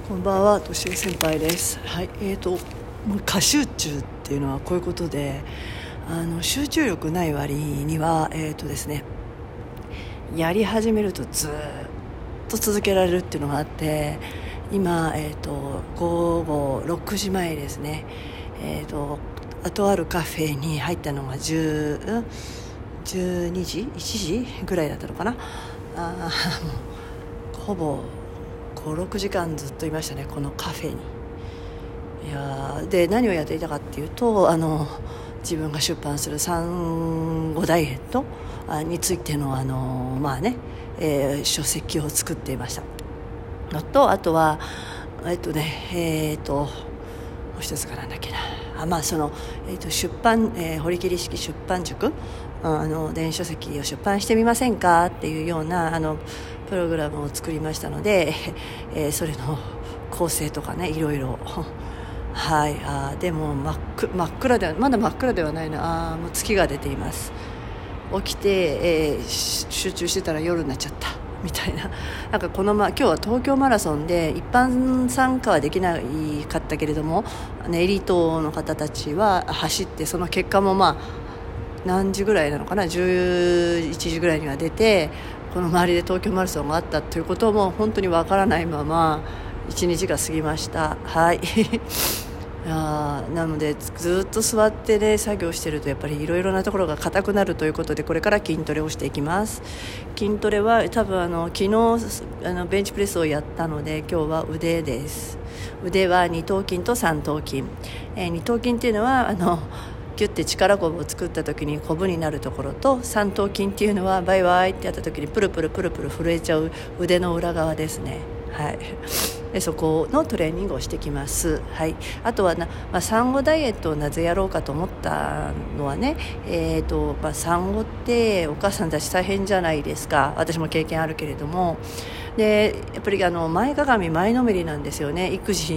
こんばんは、としえ先輩です。はい、過集中っていうのはこういうことで、集中力ない割にはですね、やり始めるとずっと続けられるっていうのがあって、今午後6時前ですね。とあるカフェに入ったのが12時1時ぐらいだったのかな。ほぼ5、6時間ずっといましたね、このカフェに。で何をやっていたかっていうと、自分が出版する産後ダイエットについての書籍を作っていましたのと、あとはもう一つがなんだっけな、出版、堀切式出版塾、電子書籍を出版してみませんかっていうようなプログラムを作りましたので、それの構成とかね、いろいろはい。でもまだ真っ暗ではないな。もう月が出ています。起きて、集中してたら夜になっちゃったみたいな。なんか今日は東京マラソンで一般参加はできなかったけれども、エリートの方たちは走って、その結果も何時ぐらいなのかな、11時ぐらいには出て、この周りで東京マラソンがあったということも本当にわからないまま1日が過ぎました。はいなのでずっと座ってね作業してると、やっぱりいろいろなところが硬くなるということで、これから筋トレをしていきます。筋トレは多分昨日ベンチプレスをやったので、今日は腕です。腕は二頭筋と三頭筋、二頭筋っていうのはギュッて力こぶを作った時にこぶになるところと、三頭筋っていうのはバイバイってやった時にプルプル震えちゃう腕の裏側ですね。はい。でそこのトレーニングをしてきます。はい。あとは産後ダイエットをなぜやろうかと思ったのはね、産後ってお母さんたち大変じゃないですか。私も経験あるけれども、でやっぱり前かがみ前のめりなんですよね、育児って、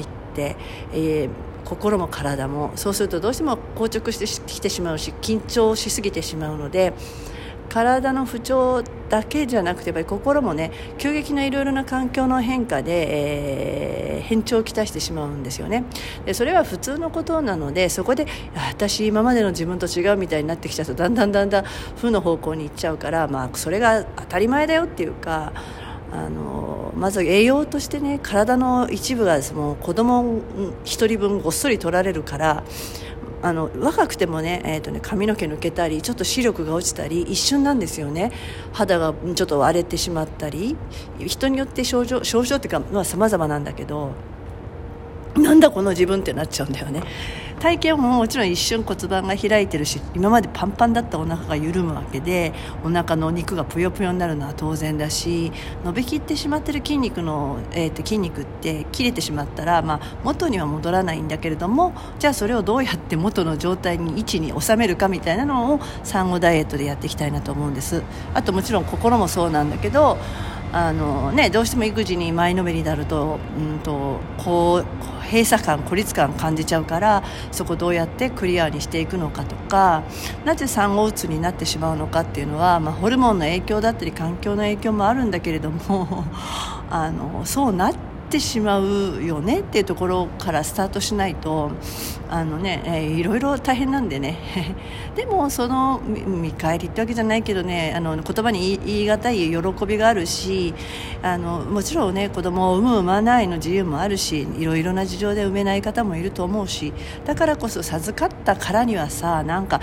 心も体も。そうするとどうしても硬直してきてしまうし、緊張しすぎてしまうので、体の不調だけじゃなくて、やっぱり心もね、急激ないろいろな環境の変化で、変調をきたしてしまうんですよね。でそれは普通のことなので、そこで私今までの自分と違うみたいになってきちゃうと、だんだん負の方向に行っちゃうから、それが当たり前だよっていうか、まず栄養としてね、体の一部がもう子供一人分ごっそり取られるから、若くてもね、髪の毛抜けたり、ちょっと視力が落ちたり一瞬なんですよね。肌がちょっと荒れてしまったり、人によって症状っていうか様々なんだけど、なんだこの自分ってなっちゃうんだよね。体型ももちろん一瞬骨盤が開いてるし、今までパンパンだったお腹が緩むわけで、お腹の肉がぷよぷよになるのは当然だし、伸びきってしまってる筋肉って切れてしまったら、元には戻らないんだけれども、じゃあそれをどうやって元の状態に位置に収めるかみたいなのを産後ダイエットでやっていきたいなと思うんです。あともちろん心もそうなんだけど、どうしても育児に前のめりになると、閉鎖感、孤立感感じちゃうから、そこをどうやってクリアにしていくのかとか、なぜ産後うつになってしまうのかっていうのは、ホルモンの影響だったり環境の影響もあるんだけれどもそうなってしまうよねっていうところからスタートしないといろいろ大変なんでねでもその見返りってわけじゃないけどね、言葉に言い難い喜びがあるし、もちろんね、子供を産む産まないの自由もあるし、いろいろな事情で産めない方もいると思うし、だからこそ授かったからにはさ、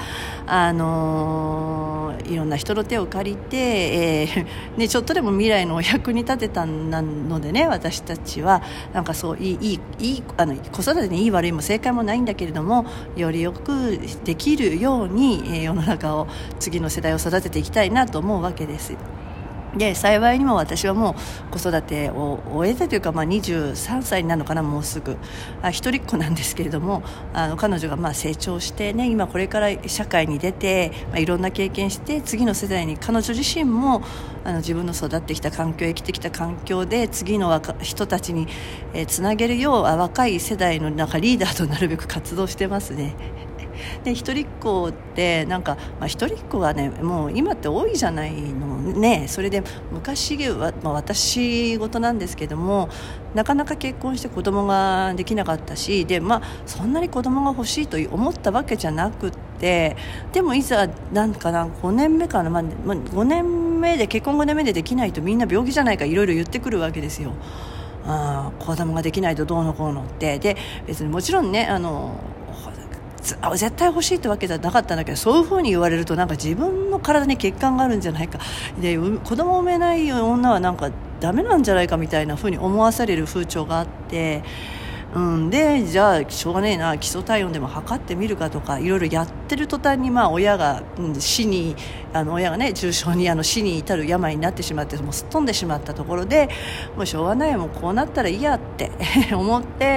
いろんな人の手を借りて、ちょっとでも未来のお役に立てたのでね、私たちはそういい子育てにいい悪いも正解もないんだけれども、よりよくできるように、世の中を、次の世代を育てていきたいなと思うわけです。で幸いにも私はもう子育てを終えたというか、23歳になるのかな、もうすぐ一人っ子なんですけれども、彼女が成長してね、今これから社会に出て、いろんな経験して、次の世代に彼女自身も自分の育ってきた環境、生きてきた環境で次の人たちにつなげるよう、若い世代のリーダーとなるべく活動してますね。 で一人っ子ってなんか、一人っ子はねもう今って多いじゃないのね。それで昔は、私事なんですけども、なかなか結婚して子供ができなかったし、でそんなに子供が欲しいと思ったわけじゃなくって、でもいざなんかな5年目かな、5年目で結婚5年目でできないとみんな病気じゃないかいろいろ言ってくるわけですよ。子供ができないとどうのこうのって。で別にもちろんね絶対欲しいってわけじゃなかったんだけど、そういう風に言われるとなんか自分の体に欠陥があるんじゃないかで、子供を産めない女はなんかダメなんじゃないかみたいな風に思わされる風潮があって、でじゃあしょうがねえな、基礎体温でも測ってみるかとかいろいろやってる途端に親が、親がね重症に死に至る病になってしまって、もうすっ飛んでしまったところで、もうしょうがない、もうこうなったらいいやって思って、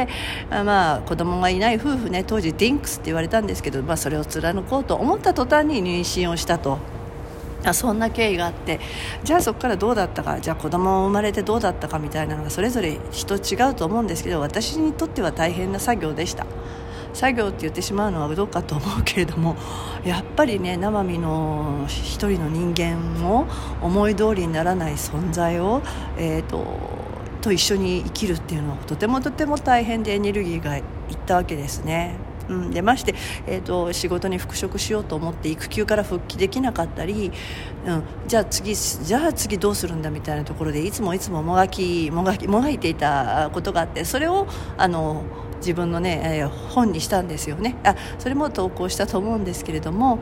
子供がいない夫婦ね、当時ディンクスって言われたんですけど、それを貫こうと思った途端に妊娠をしたと。そんな経緯があって、じゃあそこからどうだったか、じゃあ子供生まれてどうだったかみたいなのがそれぞれ人違うと思うんですけど、私にとっては大変な作業でした。作業って言ってしまうのはどうかと思うけれども、やっぱりね生身の一人の人間を思い通りにならない存在を、と一緒に生きるっていうのはとても大変でエネルギーがいったわけですね。でまして、仕事に復職しようと思って育休から復帰できなかったり、じゃあ次どうするんだみたいなところでいつももがいていたことがあって、それを自分のね、本にしたんですよね。それも投稿したと思うんですけれども、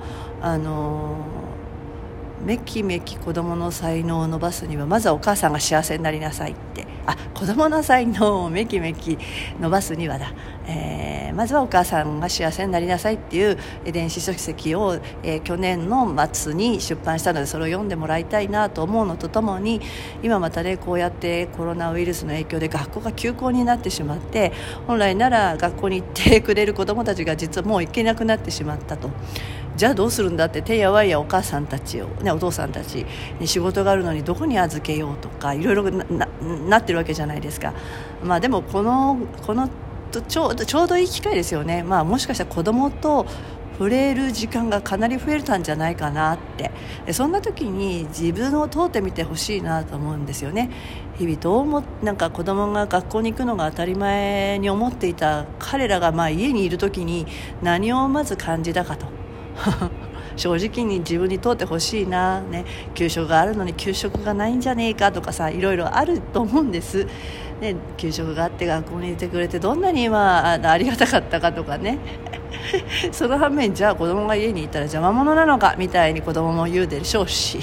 めきめき子供の才能を伸ばすにはまずはお母さんが幸せになりなさいって、子供の才能をめきめき伸ばすにはまずはお母さんが幸せになりなさいっていう電子書籍を、去年の末に出版したので、それを読んでもらいたいなと思うのとともに、今またねこうやってコロナウイルスの影響で学校が休校になってしまって、本来なら学校に行ってくれる子どもたちが実はもう行けなくなってしまったと。じゃあどうするんだって、てんやわんやお母さんたちを、お父さんたちに仕事があるのにどこに預けようとかいろいろ なってるわけじゃないですか。でもこのちょうどいい機会ですよね。もしかしたら子供と触れる時間がかなり増えたんじゃないかなって。そんな時に自分を問うてみてほしいなと思うんですよね。日々なんか子供が学校に行くのが当たり前に思っていた彼らが家にいる時に何をまず感じたかと正直に自分に問うてほしいな、給食があるのに給食がないんじゃねえかとかさ、いろいろあると思うんです、給食があって学校にいてくれてどんなに今ありがたかったかとかねその反面、じゃあ子供が家にいたら邪魔者なのかみたいに子供も言うでしょうし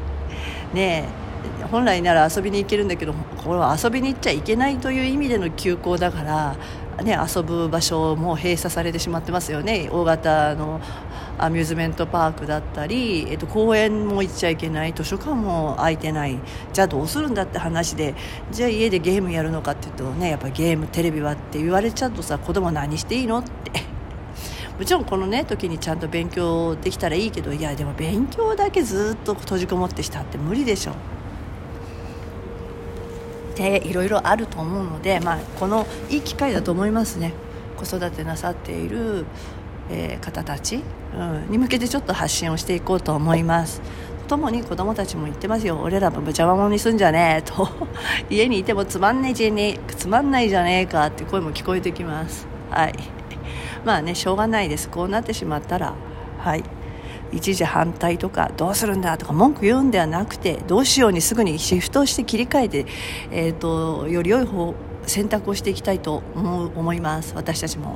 本来なら遊びに行けるんだけど、これは遊びに行っちゃいけないという意味での休校だから、遊ぶ場所も閉鎖されてしまってますよね。大型のアミューズメントパークだったり、公園も行っちゃいけない、図書館も空いてない。じゃあどうするんだって話で、じゃあ家でゲームやるのかって言うとやっぱりゲームテレビはって言われちゃうとさ、子供何していいのってもちろんこの時にちゃんと勉強できたらいいけど、でも勉強だけずっと閉じこもってしたって無理でしょっていろいろあると思うので、このいい機会だと思いますね。子育てなさっている、方たち、に向けてちょっと発信をしていこうと思います。ともに子供たちも言ってますよ。俺らも邪魔者にすんじゃねえと家にいてもつまんないじゃねえかって声も聞こえてきます。しょうがないです。こうなってしまったら一時反対とかどうするんだとか文句言うんではなくて、どうしようにすぐにシフトして切り替えて、より良い選択をしていきたいと思います。私たちも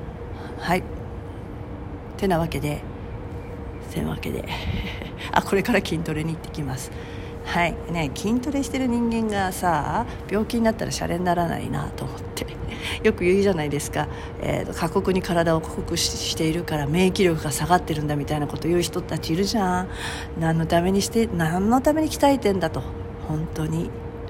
てなわけでこれから筋トレに行ってきます。筋トレしてる人間がさ、病気になったらシャレにならないなと思ってよく言うじゃないですか。過酷に体を酷使しているから免疫力が下がってるんだみたいなこと言う人たちいるじゃん。何のために鍛えてんだと、本当に。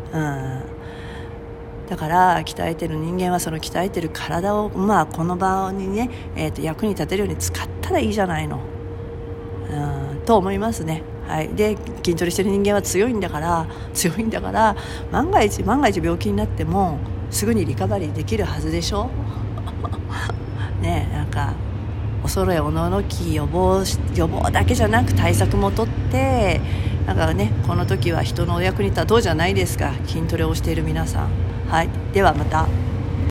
だから鍛えてる人間はその鍛えてる体をこの場に役に立てるように使ったらいいじゃないの、と思いますね。で筋トレしてる人間は強いんだから万が一病気になってもすぐにリカバリーできるはずでしょなんか恐れおののき予防だけじゃなく対策もとって、なんかね、この時は人のお役に立とうじゃないですか、筋トレをしている皆さん。はい、ではまた。